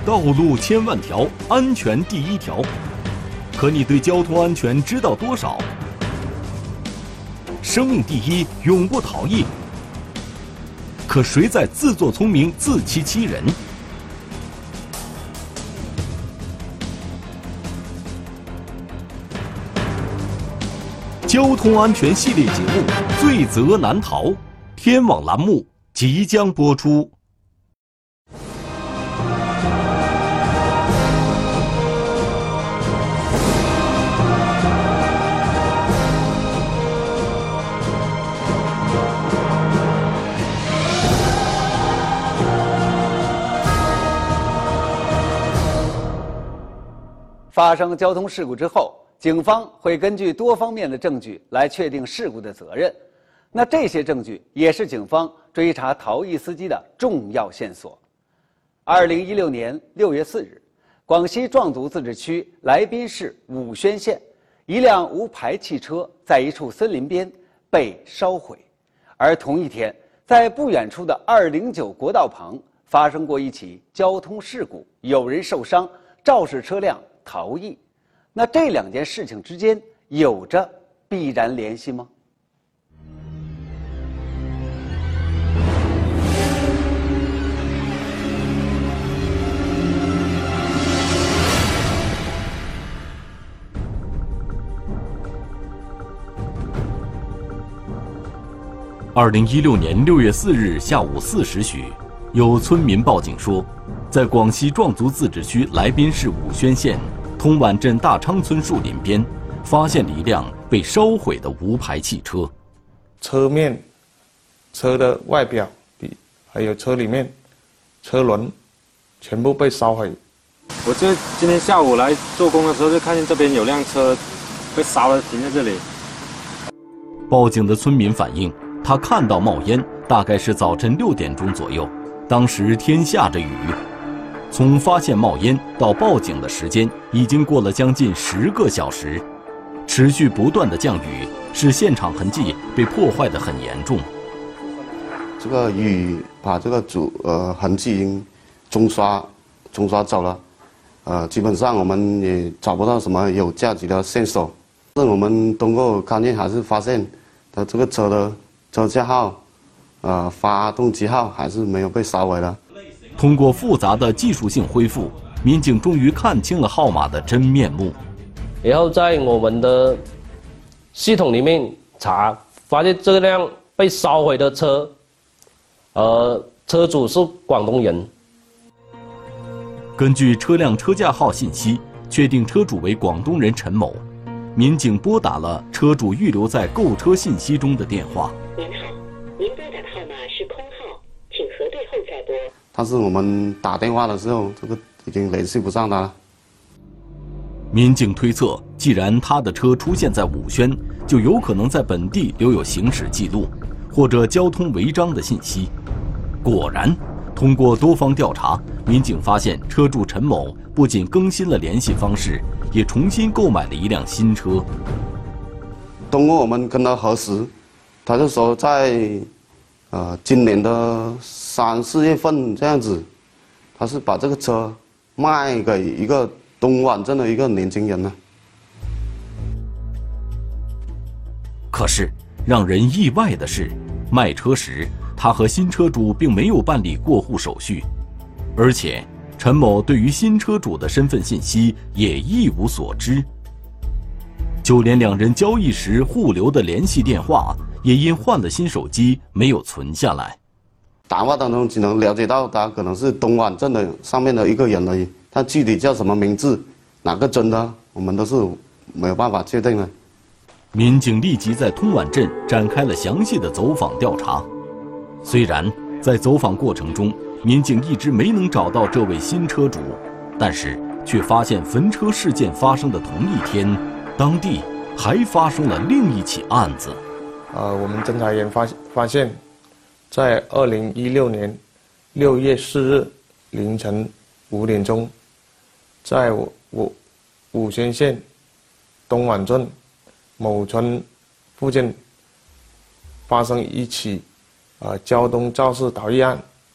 道路千万条，安全第一条。可你对交通安全知道多少？生命第一，永不逃逸。可谁在自作聪明、自欺欺人？交通安全系列节目《罪责难逃》，天网栏目即将播出。 发生交通事故之后，警方会根据多方面的证据来确定事故的责任。那这些证据也是警方追查逃逸司机的重要线索。2016年6月4日，广西壮族自治区来宾市武宣县，一辆无牌汽车在一处森林边被烧毁。而同一天，在不远处的209国道旁发生过一起交通事故，有人受伤，肇事车辆逃逸。那这两件事情之间有着必然联系吗 ？2016年6月4日下午4时许，有村民报警说，在广西壮族自治区来宾市武宣县通宛镇大昌村树林边，发现了一辆被烧毁的无牌汽车。 车面、车的外表还有车里面车轮全部被烧毁。 我就今天下午来做工的时候，就看见这边有辆车被烧了，停在这里。 报警的村民反映，他看到冒烟，大概是早晨6点钟左右，当时天下着雨。从发现冒烟到报警的时间已经过了将近10个小时，持续不断的降雨使现场痕迹被破坏得很严重。 这个雨把这个痕迹已经冲刷走了，基本上我们也找不到什么有价值的线索。我们通过勘验还是发现它这个车的车架号、发动机号还是没有被烧毁的。 通过复杂的技术性恢复，民警终于看清了号码的真面目。 然后在我们的系统里面查，发现这辆被烧毁的车，车主是广东人。 根据车辆车架号信息，确定车主为广东人陈某。民警拨打了车主预留在购车信息中的电话。 您好，您拨打的号码是空号，请核对后再拨。 但是我们打电话的时候，这个已经联系不上他了。 民警推测，既然他的车出现在武宣，就有可能在本地留有行驶记录，或者交通违章的信息。果然，通过多方调查，民警发现车主陈某不仅更新了联系方式，也重新购买了一辆新车。 通过我们跟他核实，他就说在今年的3、4月份这样子，他是把这个车卖给一个东莞镇的一个年轻人呢。 可是让人意外的是，卖车时他和新车主并没有办理过户手续，而且陈某对于新车主的身份信息也一无所知，就连两人交易时互留的联系电话也因换了新手机没有存下来。 谈话当中只能了解到他可能是东莞镇的上面的一个人而已，他具体叫什么名字，哪个镇的，我们都是没有办法确定的。 民警立即在通莞镇展开了详细的走访调查。虽然在走访过程中，民警一直没能找到这位新车主，但是却发现焚车事件发生的同一天，当地还发生了另一起案子。 我们侦查员发现，在2016年6月4日凌晨5点钟，在武宣县东莞镇某村附近发生一起交通肇事逃逸案。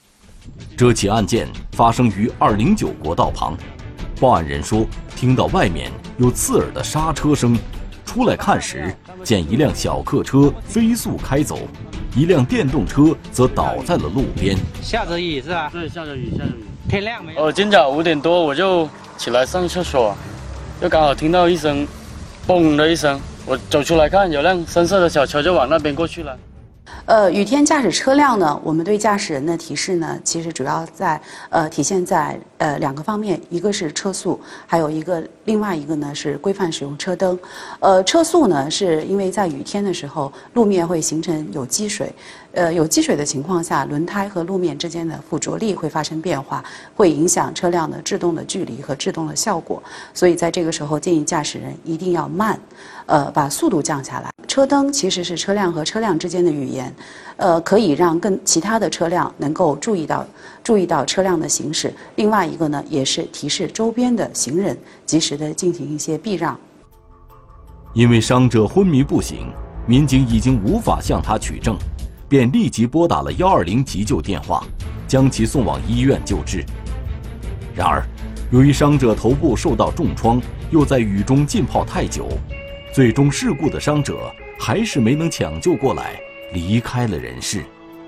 这起案件发生于209国道旁，报案人说听到外面有刺耳的刹车声，出来看时，见一辆小客车飞速开走，一辆电动车则倒在了路边。 下着雨是吧？ 对，下着雨。 天亮没有？ 今早5点多我就起来上厕所，就刚好听到一声“嘣”的一声，我走出来看，有辆深色的小车就往那边过去了。 雨天驾驶车辆呢，我们对驾驶人的提示呢，其实主要体现在2个方面，一个是车速，还有另外一个呢是规范使用车灯。车速呢，是因为在雨天的时候，路面会形成有积水，有积水的情况下，轮胎和路面之间的附着力会发生变化，会影响车辆的制动的距离和制动的效果。所以在这个时候，建议驾驶人一定要慢，把速度降下来。车灯其实是车辆和车辆之间的语言，可以让其他的车辆能够注意到车辆的行驶。另外一个呢，也是提示周边的行人及时的进行一些避让。 因为伤者昏迷不醒，民警已经无法向他取证，便立即拨打了120急救电话，将其送往医院救治。然而，由于伤者头部受到重创，又在雨中浸泡太久，最终事故的伤者还是没能抢救过来，离开了人世。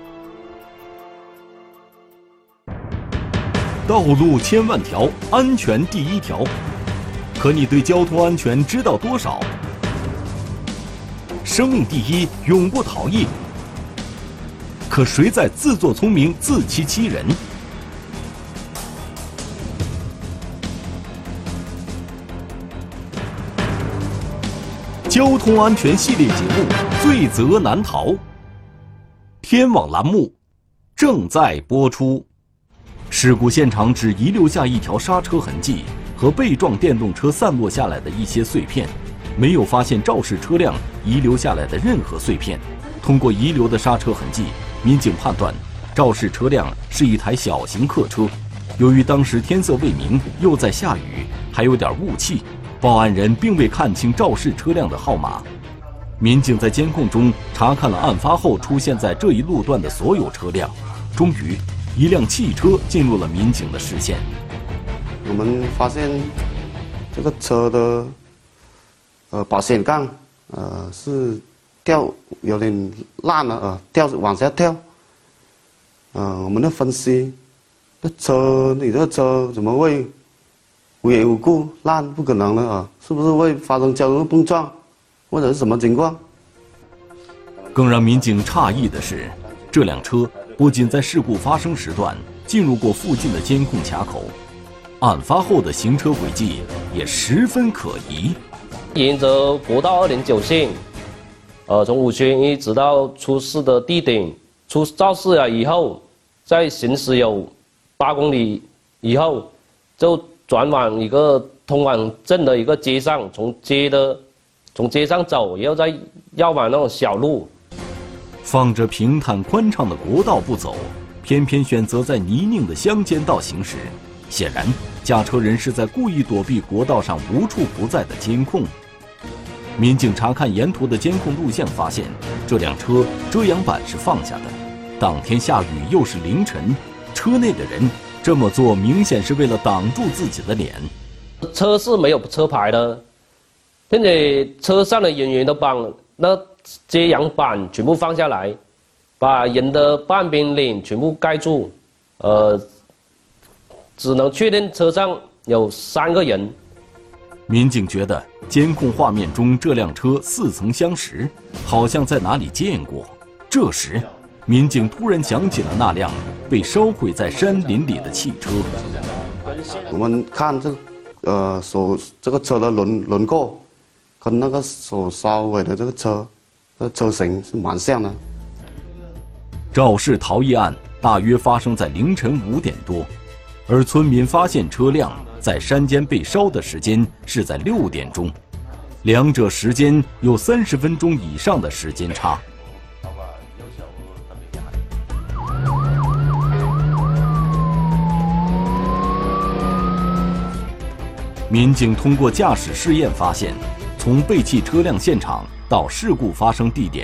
道路千万条，安全第一条。可你对交通安全知道多少？生命第一，永不逃逸。可谁在自作聪明，自欺欺人？交通安全系列节目《罪责难逃》，天网栏目正在播出。事故现场只遗留下一条刹车痕迹和被撞电动车散落下来的一些碎片，没有发现肇事车辆遗留下来的任何碎片。通过遗留的刹车痕迹，民警判断肇事车辆是一台小型客车。由于当时天色未明，又在下雨，还有点雾气，报案人并未看清肇事车辆的号码。民警在监控中查看了案发后出现在这一路段的所有车辆，终于一辆汽车进入了民警的视线。 我们发现这个车的保险杠是有点烂了往下掉。我们的分析，你这个车怎么会无缘无故烂？不可能的啊！是不是会发生交通碰撞，或者是什么情况？ 更让民警诧异的是，这辆车不仅在事故发生时段进入过附近的监控卡口，案发后的行车轨迹也十分可疑。 沿着国道209线，从5圈一直到出事的地点，出肇事了以后，在行驶有8公里以后，就转往一个通往镇的一个街上，从街上走，然后再绕往那种小路。 放着平坦宽敞的国道不走，偏偏选择在泥泞的乡间道行驶，显然驾车人是在故意躲避国道上无处不在的监控。民警查看沿途的监控录像，发现这辆车遮阳板是放下的。当天下雨又是凌晨，车内的人这么做明显是为了挡住自己的脸。 车是没有车牌的，并且车上的人员都把那遮阳板全部放下来，把人的半边脸全部盖住。只能确定车上有3个人。 民警觉得监控画面中这辆车似曾相识，好像在哪里见过。这时，民警突然想起了那辆被烧毁在山林里的汽车。 我们看这个车的轮廓，跟那个所烧毁的这个车型是蛮像的。 肇事逃逸案大约发生在凌晨5点多，而村民发现车辆在山间被烧的时间是在6点钟，两者时间有30分钟以上的时间差。民警通过驾驶试验发现，从废弃车辆现场到事故发生地点，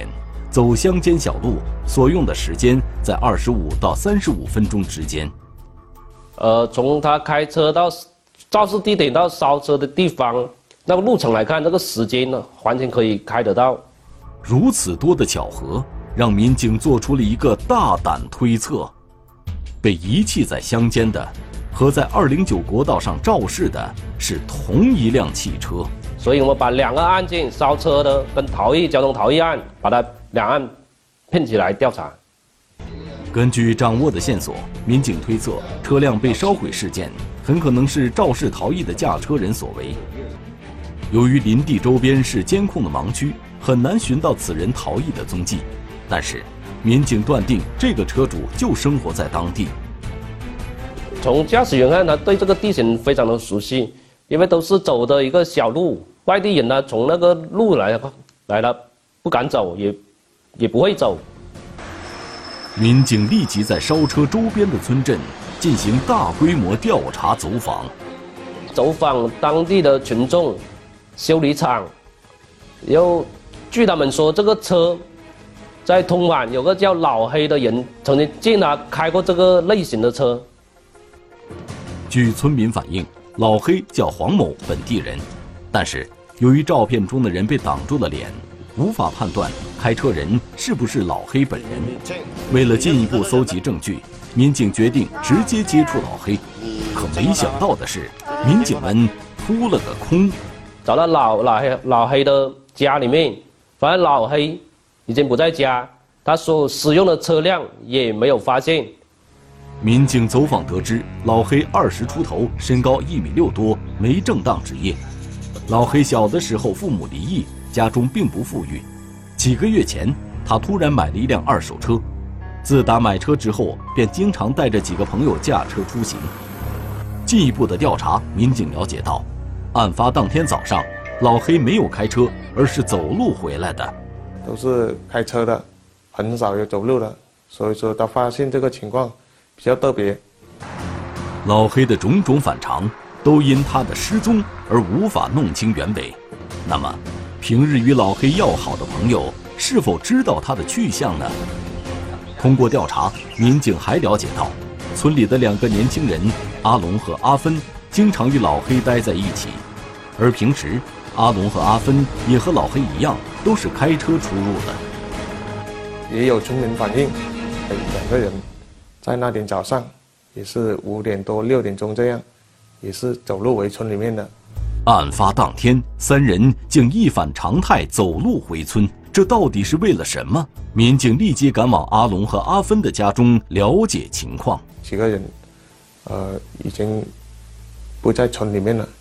走乡间小路所用的时间在25到35分钟之间。 从他开车到肇事地点到烧车的地方，那个路程来看，这个时间呢，完全可以开得到。 如此多的巧合，让民警做出了一个大胆推测：被遗弃在乡间的，和在209国道上肇事的是同一辆汽车。 所以我们把两个案件，烧车的跟交通逃逸案，把它两案拼起来调查。 根据掌握的线索，民警推测车辆被烧毁事件很可能是肇事逃逸的驾车人所为。由于林地周边是监控的盲区，很难寻到此人逃逸的踪迹，但是民警断定这个车主就生活在当地。 从驾驶员看，他对这个地形非常的熟悉，因为都是走的一个小路，外地人呢从那个路来了，不敢走，也不会走。 民警立即在烧车周边的村镇进行大规模调查走访， 走访当地的群众、修理厂，据他们说，这个车在通晚有个叫老黑的人曾经见他开过这个类型的车。 据村民反映，老黑叫黄某，本地人，但是由于照片中的人被挡住了脸，无法判断开车人是不是老黑本人。为了进一步搜集证据，民警决定直接接触老黑。可没想到的是，民警们扑了个空。 找到老黑的家里面，发现老黑已经不在家，他所使用的车辆也没有发现。 民警走访得知，老黑20出头，身高1.6米多，没正当职业。老黑小的时候父母离异，家中并不富裕。几个月前，他突然买了一辆2手车。自打买车之后，便经常带着几个朋友驾车出行。进一步的调查，民警了解到，案发当天早上，老黑没有开车，而是走路回来的。 都是开车的，很少有走路的，所以说他发现这个情况比较特别。 老黑的种种反常，都因他的失踪而无法弄清原委。那么，平日与老黑要好的朋友是否知道他的去向呢？通过调查，民警还了解到，村里的2个年轻人阿龙和阿芬经常与老黑待在一起，而平时阿龙和阿芬也和老黑一样，都是开车出入的。 也有村民反映，2个人在那天早上也是5点多6点钟这样，也是走路回村里面的。 案发当天，3人竟一反常态走路回村，这到底是为了什么？民警立即赶往阿龙和阿芬的家中了解情况。 几个人，已经不在村里面了，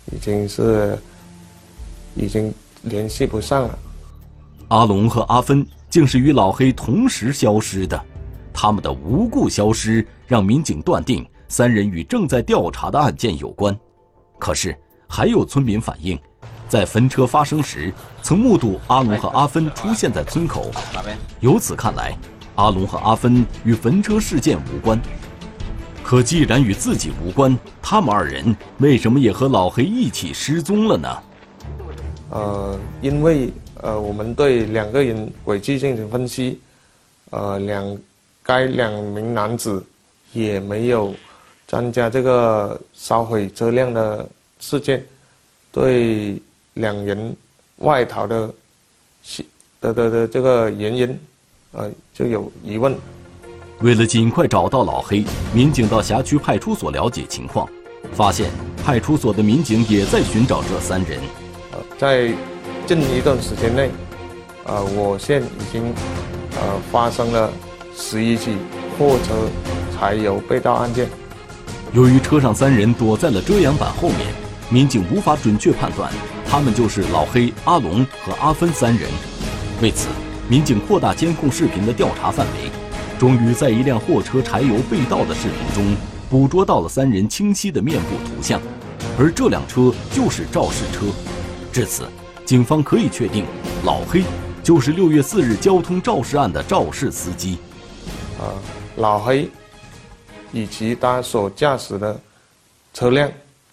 已经联系不上了。 阿龙和阿芬竟是与老黑同时消失的，他们的无故消失让民警断定3人与正在调查的案件有关。可是还有村民反映，在焚车发生时，曾目睹阿龙和阿芬出现在村口。由此看来，阿龙和阿芬与焚车事件无关。可既然与自己无关，他们2人为什么也和老黑一起失踪了呢？ 因为我们对2个人轨迹进行分析，该2名男子也没有参加这个烧毁车辆的事件，对2人外逃的这个原因，就有疑问。 为了尽快找到老黑，民警到辖区派出所了解情况，发现派出所的民警也在寻找这3人。 在近一段时间内，我县已经发生了11起货车柴油被盗案件。 由于车上3人躲在了遮阳板后面，民警无法准确判断他们就是老黑、阿龙和阿芬3人。为此，民警扩大监控视频的调查范围，终于在一辆货车柴油被盗的视频中捕捉到了3人清晰的面部图像，而这辆车就是肇事车。至此，警方可以确定老黑就是6月4日交通肇事案的肇事司机。 老黑以及他所驾驶的车辆，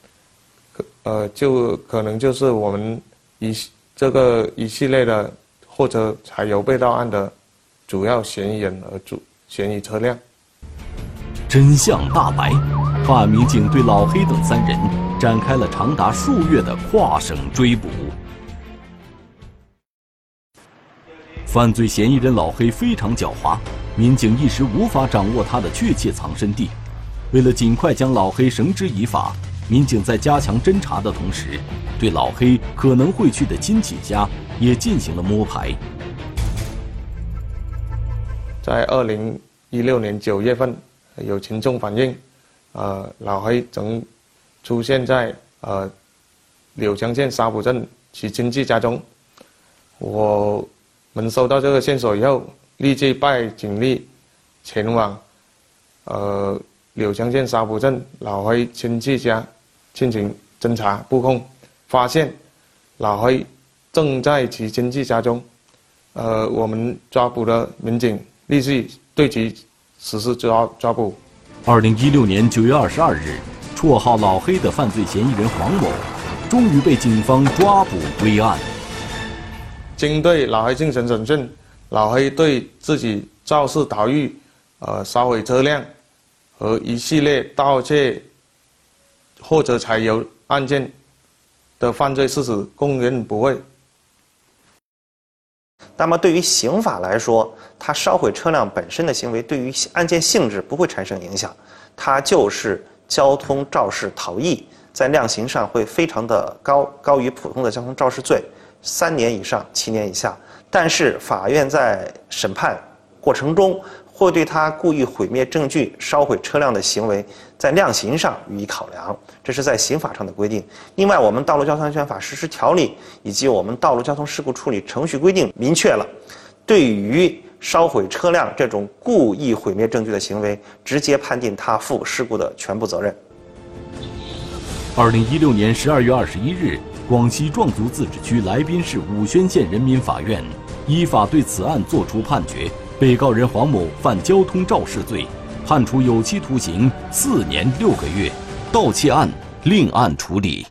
就可能就是我们一系列的货车柴油被盗案的主要嫌疑人和嫌疑车辆。 真相大白，办案民警对老黑等3人展开了长达数月的跨省追捕。犯罪嫌疑人老黑非常狡猾，民警一时无法掌握他的确切藏身地。为了尽快将老黑绳之以法，民警在加强侦查的同时，对老黑可能会去的亲戚家也进行了摸排。 在2016年9月份，有群众反映，老黑曾出现在柳江县沙浦镇其亲戚家中。我们收到这个线索以后，立即派警力前往柳江县沙浦镇老黑亲戚家进行侦查布控，发现老黑正在其亲戚家中。我们抓捕的民警立即对其实施抓捕。 2016年9月22日，绰号老黑的犯罪嫌疑人黄某，终于被警方抓捕归案。 经对老黑进行审讯，老黑对自己肇事逃逸、烧毁车辆和一系列盗窃或者柴油案件的犯罪事实供认不讳。 那么对于刑法来说，它烧毁车辆本身的行为对于案件性质不会产生影响，它就是交通肇事逃逸，在量刑上会非常的高于普通的交通肇事罪，3年以上7年以下。但是法院在审判过程中会对他故意毁灭证据、烧毁车辆的行为在量刑上予以考量，这是在刑法上的规定。另外，我们《道路交通安全法实施条例》以及我们《道路交通事故处理程序规定》明确了，对于烧毁车辆这种故意毁灭证据的行为，直接判定他负事故的全部责任。 2016年12月21日，广西壮族自治区来宾市武宣县人民法院依法对此案作出判决，被告人黄某犯交通肇事罪，判处有期徒刑4年6个月，盗窃案另案处理。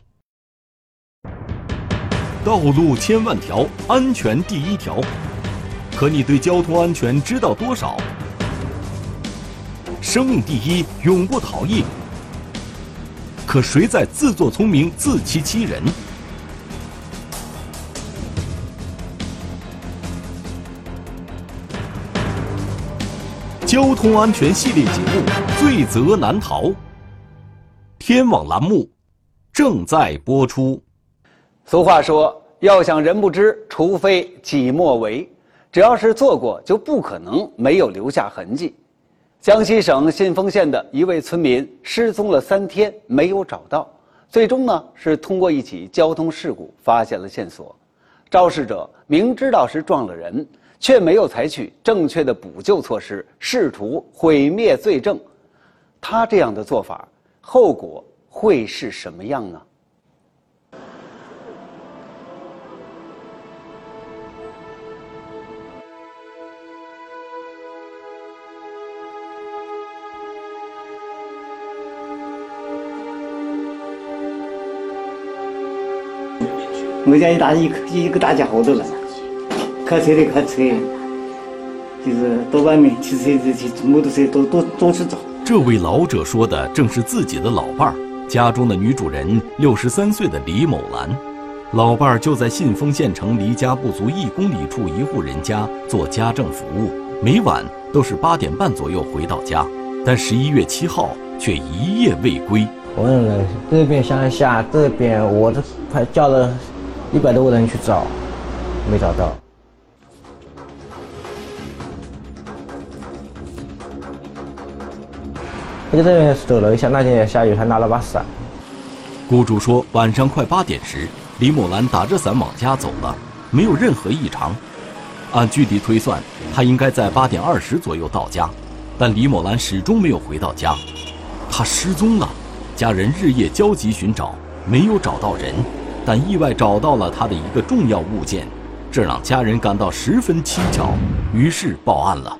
道路千万条，安全第一条。可你对交通安全知道多少？生命第一，永不逃逸。可谁在自作聪明、自欺欺人？交通安全系列节目《罪责难逃》，天网栏目正在播出。 俗话说，要想人不知，除非己莫为。只要是做过，就不可能没有留下痕迹。江西省信丰县的一位村民失踪了3天，没有找到，最终呢是通过一起交通事故发现了线索。肇事者明知道是撞了人，却没有采取正确的补救措施，试图毁灭罪证。他这样的做法，后果会是什么样呢？ 我家一个大家伙都来，开车的开车，就是到外面骑车子、骑摩托车都是找。 这位老者说的正是自己的老伴儿，家中的女主人63岁的李某兰。老伴儿就在信丰县城离家不足1公里处一户人家做家政服务，每晚都是8点半左右回到家，但11月7号却一夜未归。 我问了这边乡下，这边我都快叫了100多个人去找，没找到。他就这边走了一下，那天也下雨，他拿了把伞。 雇主说，晚上快8点时，李某兰打着伞往家走了，没有任何异常。按距离推算，他应该在8点20左右到家，但李某兰始终没有回到家，他失踪了。家人日夜焦急寻找，没有找到人，但意外找到了他的一个重要物件，这让家人感到十分蹊跷，于是报案了。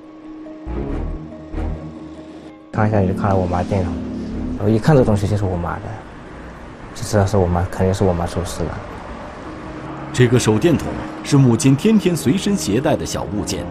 看一下就看到我妈电脑，我一看这东西就是我妈的，就知道是我妈，肯定是我妈出事了。 这个手电筒是母亲天天随身携带的小物件，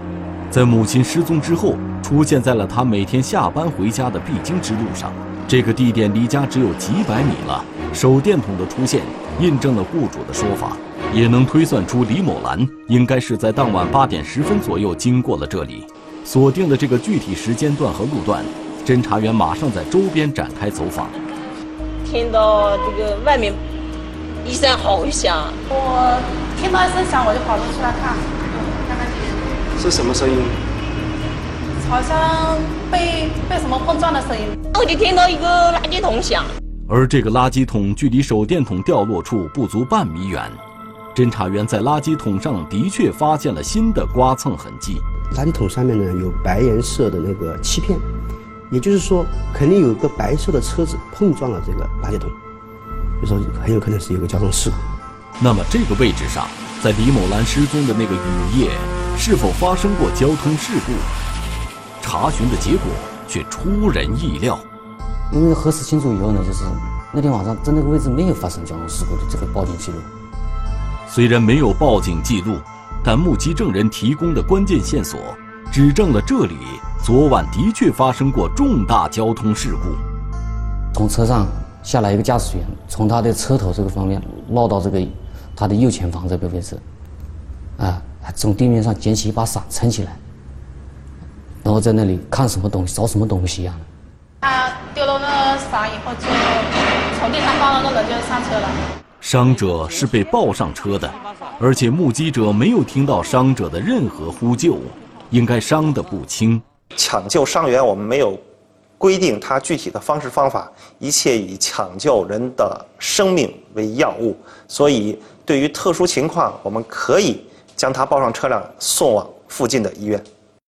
在母亲失踪之后，出现在了他每天下班回家的必经之路上。这个地点离家只有几百米了，手电筒的出现印证了雇主的说法，也能推算出李某兰应该是在当晚8点10分左右经过了这里。锁定了这个具体时间段和路段，侦查员马上在周边展开走访。 听到这个外面一声吼响， 我听到一声响，我就跑出去来看，看看是什么声音？ 好像被什么碰撞的声音。 我就听到一个垃圾桶响， 而这个垃圾桶距离手电筒掉落处不足半米远。侦查员在垃圾桶上的确发现了新的刮蹭痕迹。 垃圾桶上面呢有白颜色的那个漆片，也就是说肯定有一个白色的车子碰撞了这个垃圾桶，就说很有可能是有个交通事故。 那么这个位置上，在李某兰失踪的那个雨夜，是否发生过交通事故？查询的结果却出人意料。 因为核实清楚以后呢，就是那天晚上在那个位置没有发生交通事故的这个报警记录。 虽然没有报警记录，但目击证人提供的关键线索指证了这里昨晚的确发生过重大交通事故。 从车上下来一个驾驶员，从他的车头这个方面落到这个他的右前方这个位置，从地面上捡起一把伞撑起来，然后在那里看什么东西，找什么东西一样的。 他丢了那个伞以后，就从地上放了，那人就上车了。 伤者是被抱上车的，而且目击者没有听到伤者的任何呼救，应该伤得不轻。 抢救伤员我们没有规定他具体的方式方法，一切以抢救人的生命为要务，所以对于特殊情况，我们可以将他抱上车辆送往附近的医院。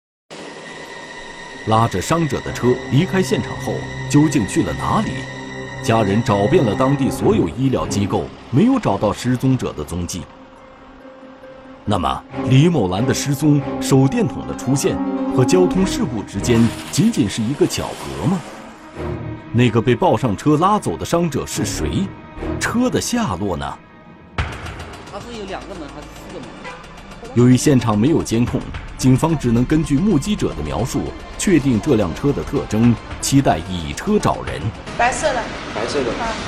拉着伤者的车离开现场后，究竟去了哪里？家人找遍了当地所有医疗机构，没有找到失踪者的踪迹。那么，李某兰的失踪、手电筒的出现和交通事故之间仅仅是一个巧合吗？那个被抱上车拉走的伤者是谁？车的下落呢？ 它是有2个门还是4个门？ 由于现场没有监控，警方只能根据目击者的描述确定这辆车的特征，期待以车找人。 白色的。 白色的。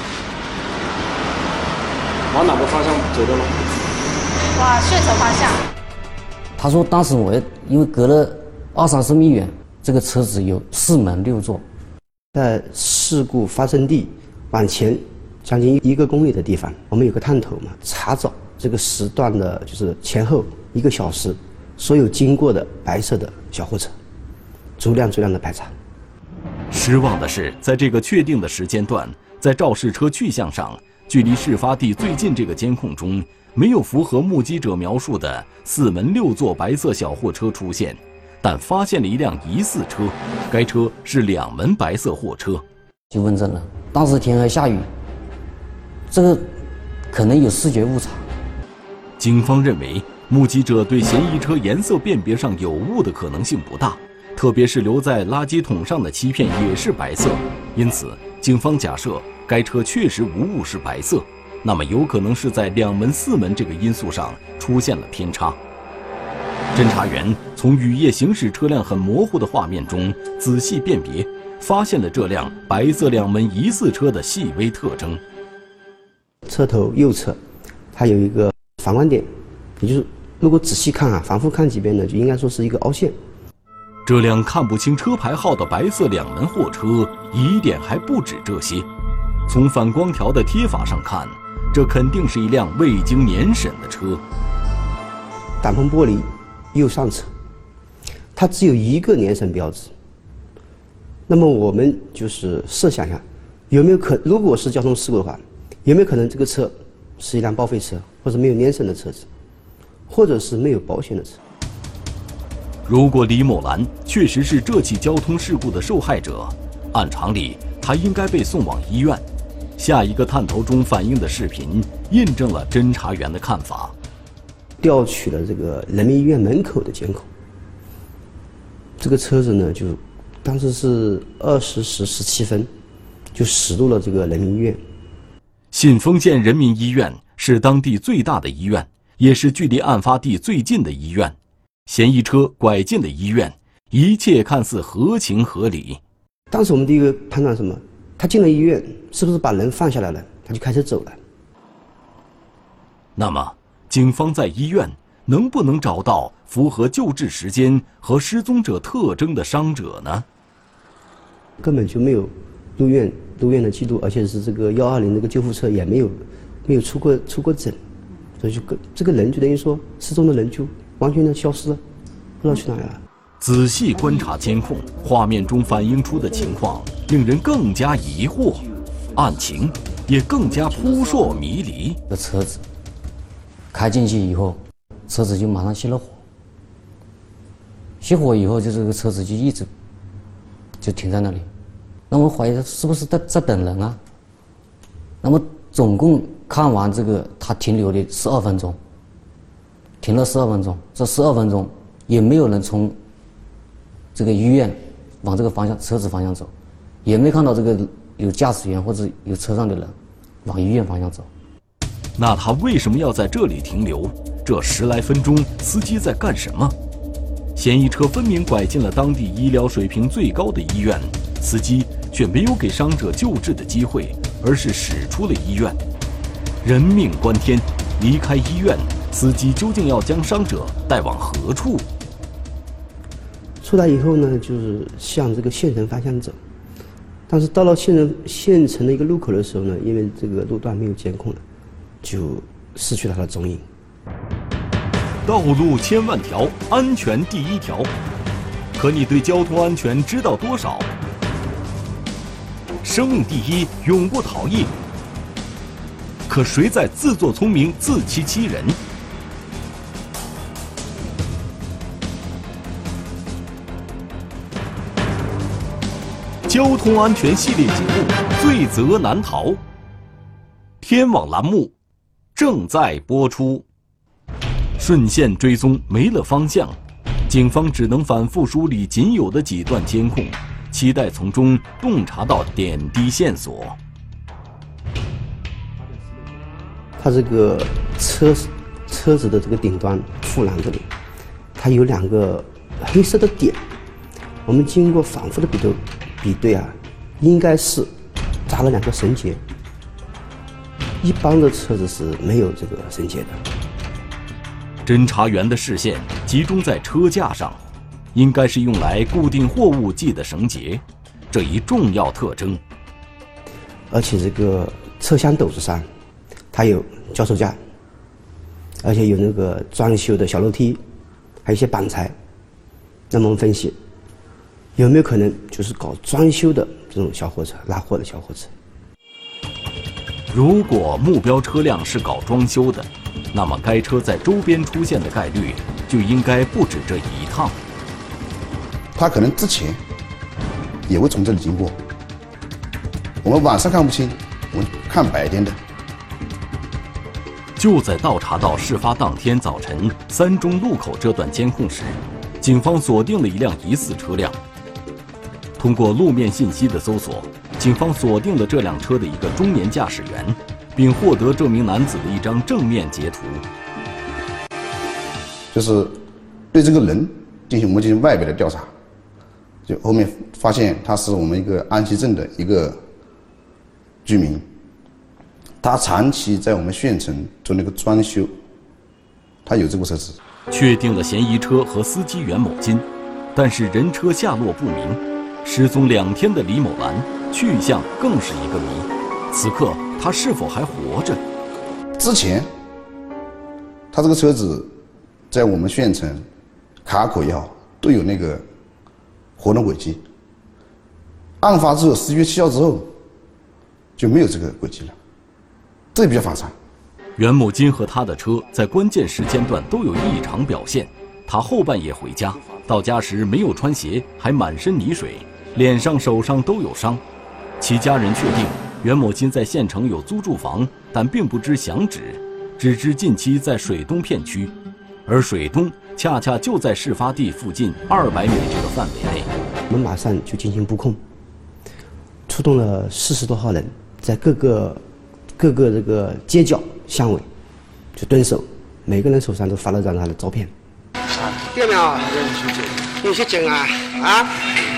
往哪个方向走的呢？ 往顺城方向。 他说当时我因为隔了20-30米远，这个车子有4门6座。 在事故发生地往前将近1个公里的地方，我们有个探头嘛，查找这个时段的，就是前后1个小时所有经过的白色的小货车，逐辆的排查。 失望的是，在这个确定的时间段，在肇事车去向上，距离事发地最近这个监控中，没有符合目击者描述的4门6座白色小货车出现，但发现了一辆疑似车，该车是2门白色货车。 就问证了，当时天还下雨，这个可能有视觉误差。 警方认为，目击者对嫌疑车颜色辨别上有误的可能性不大，特别是留在垃圾桶上的漆片也是白色，因此警方假设该车确实无误是白色，那么有可能是在2门4门这个因素上出现了偏差。侦查员从雨夜行驶车辆很模糊的画面中仔细辨别，发现了这辆白色2门疑似车的细微特征。 车头右侧它有一个反光点，也就是如果仔细看反复看几遍呢，就应该说是一个凹陷。 这辆看不清车牌号的白色2门货车疑点还不止这些，从反光条的贴法上看，这肯定是一辆未经年审的车。 挡风玻璃右上侧它只有1个年审标志，那么我们就是设想一下，有没有如果是交通事故的话，有没有可能这个车是一辆报废车，或者没有年审的车子，或者是没有保险的车？ 如果李某兰确实是这起交通事故的受害者，按常理她应该被送往医院。下一个探头中反映的视频印证了侦查员的看法。 调取了这个人民医院门口的监控，这个车子呢，就当时是20时17分就驶入了这个人民医院。 信丰县人民医院是当地最大的医院，也是距离案发地最近的医院。 嫌疑车拐进了医院，一切看似合情合理。 当时我们第一个判断什么？他进了医院，是不是把人放下来了？他就开始走了。 那么，警方在医院能不能找到符合救治时间和失踪者特征的伤者呢？ 根本就没有入院的记录，而且是这个120这个救护车也没有出过诊，所以就这个人就等于说失踪的人就完全的消失了，不知道去哪里了。 仔细观察监控画面中反映出的情况，令人更加疑惑，案情也更加扑朔迷离。 这车子开进去以后，车子就马上熄了火。熄火以后，就这个车子就一直就停在那里。那我怀疑是不是在等人啊？那么总共看完这个，他停留的12分钟，停了12分钟，这12分钟也没有人从这个医院往这个方向车子方向走，也没看到这个有驾驶员或者有车上的人往医院方向走。 那他为什么要在这里停留？这10来分钟，司机在干什么？嫌疑车分明拐进了当地医疗水平最高的医院，司机却没有给伤者救治的机会，而是驶出了医院。人命关天，离开医院，司机究竟要将伤者带往何处？ 出来以后呢，就是向这个县城方向走，但是到了县城的一个路口的时候呢，因为这个路段没有监控了，就失去了他的踪影。 道路千万条，安全第一条。可你对交通安全知道多少？生命第一，永不逃逸。可谁在自作聪明、自欺欺人？交通安全系列节目《罪责难逃》，天网栏目正在播出。顺线追踪没了方向，警方只能反复梳理仅有的几段监控，期待从中洞察到点滴线索。 它这个车子的这个顶端护栏这里，它有2个黑色的点，我们经过反复的比对啊，应该是扎了2个绳结。一般的车子是没有这个绳结的。 侦查员的视线集中在车架上，应该是用来固定货物系的绳结，这一重要特征。 而且这个车厢斗子上，它有脚手架，而且有那个装修的小楼梯，还有一些板材。那么我们分析，有没有可能就是搞装修的这种小货车，拉货的小货车？ 如果目标车辆是搞装修的，那么该车在周边出现的概率就应该不止这一趟。 他可能之前也会从这里经过，我们晚上看不清，我们看白天的。 就在倒查到事发当天早晨3中路口这段监控时，警方锁定了一辆疑似车辆。通过路面信息的搜索，警方锁定了这辆车的一个中年驾驶员，并获得这名男子的一张正面截图。 就是对这个人我们进行外表的调查，就后面发现他是我们一个安溪镇的一个居民，他长期在我们县城做那个装修，他有这部车子。 确定了嫌疑车和司机袁某金，但是人车下落不明。失踪2天的李某兰去向更是一个谜，此刻他是否还活着？ 之前他这个车子在我们县城卡口也好都有那个活动轨迹，案发之后11月7号之后就没有这个轨迹了，这也比较反常。 袁某金和他的车在关键时间段都有异常表现，他后半夜回家，到家时没有穿鞋，还满身泥水，脸上手上都有伤。其家人确定袁某金在县城有租住房，但并不知详址，只知近期在水东片区，而水东恰恰就在事发地附近200米这个范围内。 我们马上就进行布控，出动了40多号人，在各个这个街角巷尾就蹲守，每个人手上都发了张他的照片。 对没有？有些紧啊啊！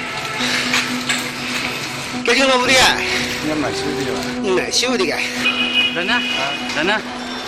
这就弄不的。 你买修的吧？ 买修的个。 人呢？人呢？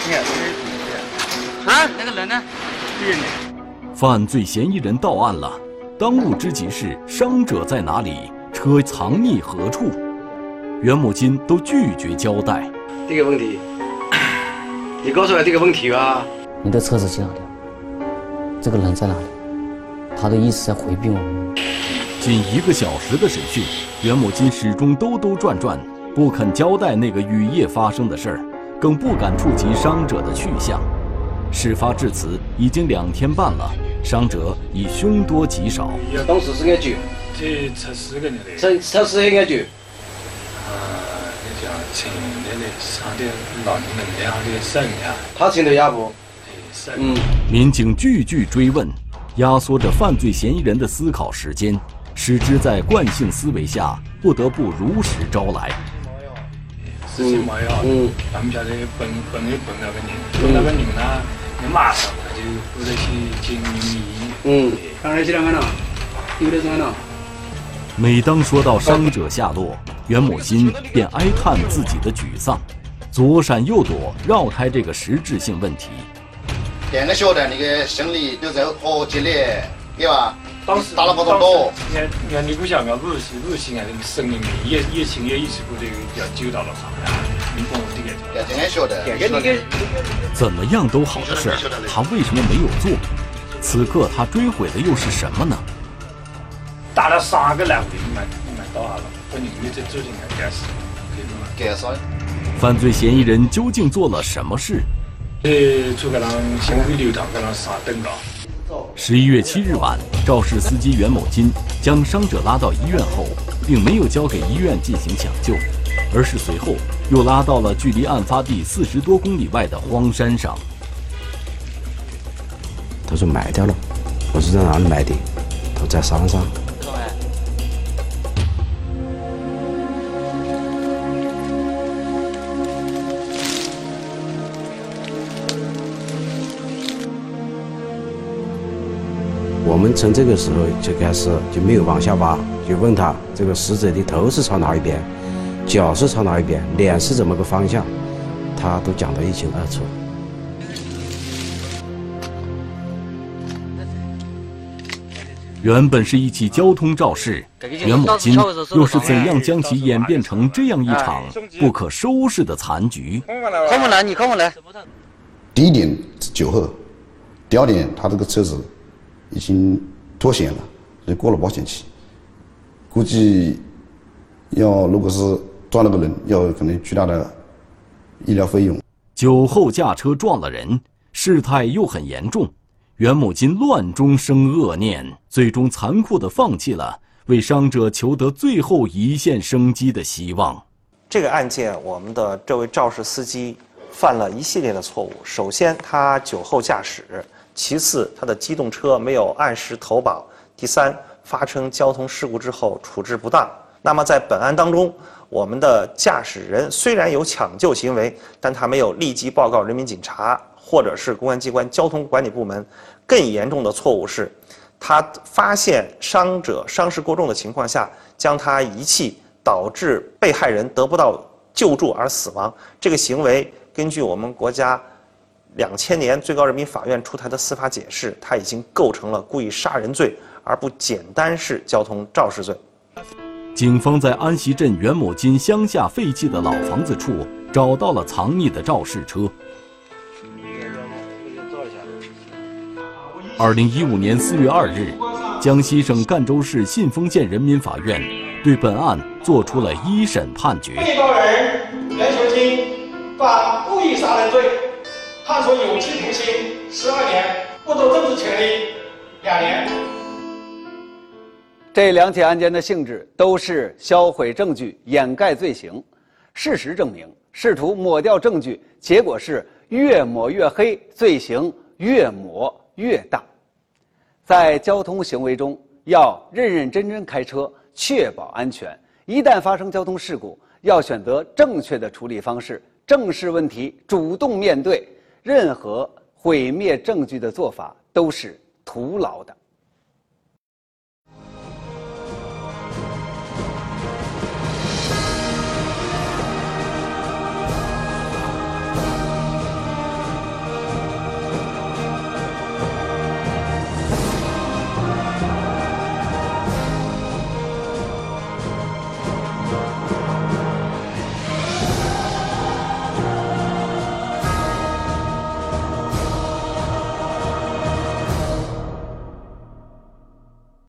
啊，那个人呢？ 犯罪嫌疑人到案了，当务之急是伤者在哪里，车藏匿何处。袁某金都拒绝交代。 这个问题，你告诉我这个问题吧。 你的车子去哪里？这个人在哪里？他的意思在回避我们。 近1个小时的审讯，袁某金始终兜兜转转，不肯交代那个雨夜发生的事儿，更不敢触及伤者的去向。事发至此已经2天半了，伤者已凶多吉少。 当时是眼酒， 这测试个人的。 测试眼酒。 你讲前年的上的老年人两的肾呀， 他现在压不？ 民警句句追问，压缩着犯罪嫌疑人的思考时间，使之在惯性思维下不得不如实招来。 事情没有，咱们晓得本那个人，本那个人呢，你马上他就不得去进医院。 当然去两个了，有的什么呢？ 每当说到伤者下落，袁某金便哀叹自己的沮丧，左闪右躲，绕开这个实质性问题。 两个晓得那个心里都在好激烈，对吧？当时打了不多。 你不想啊，不行啊，生命越轻越意识不这个要救到了啥呀？你讲这个， 两个晓得。 怎么样都好的事儿，他为什么没有做？此刻他追悔的又是什么呢？ 打了3个来回，你们到下了，不你这做进来该死， 该死。 犯罪嫌疑人究竟做了什么事？ 做个人行为流淌，个人傻等了。 11月7日晚，肇事司机袁某金将伤者拉到医院后，并没有交给医院进行抢救，而是随后又拉到了距离案发地40多公里外的荒山上。 他说卖掉了，我是在哪里买的？他在山上。我们从这个时候就开始就没有往下挖，就问他这个死者的头是朝哪一边，脚是朝哪一边，脸是怎么个方向，他都讲得一清二楚。 原本是一起交通肇事，袁某金又是怎样将其演变成这样一场不可收拾的残局？ 看不来，你看不来。 第一点是酒后，第二点他这个车子已经脱险了，所以过了保险期，估计如果是撞了个人，要可能巨大的医疗费用。 酒后驾车撞了人，事态又很严重，袁某金乱中生恶念，最终残酷地放弃了为伤者求得最后一线生机的希望。 这个案件，我们的这位肇事司机犯了一系列的错误。首先，他酒后驾驶；其次，他的机动车没有按时投保；第三，发生交通事故之后处置不当。那么在本案当中，我们的驾驶人虽然有抢救行为，但他没有立即报告人民警察或者是公安机关交通管理部门。更严重的错误是，他发现伤者伤势过重的情况下，将他遗弃，导致被害人得不到救助而死亡。这个行为根据我们国家2000年最高人民法院出台的司法解释，他已经构成了故意杀人罪，而不简单是交通肇事罪。 警方在安溪镇袁某金乡下废弃的老房子处找到了藏匿的肇事车。2015年4月2日，江西省赣州市信丰县人民法院对本案作出了一审判决。 被告人袁球金犯故意杀人罪，判处有期徒刑12年，不得政治权利2年。 这2起案件的性质都是销毁证据、掩盖罪行。事实证明，试图抹掉证据，结果是越抹越黑，罪行越抹越大。在交通行为中，要认认真真开车，确保安全。一旦发生交通事故，要选择正确的处理方式，正视问题，主动面对。任何毁灭证据的做法都是徒劳的。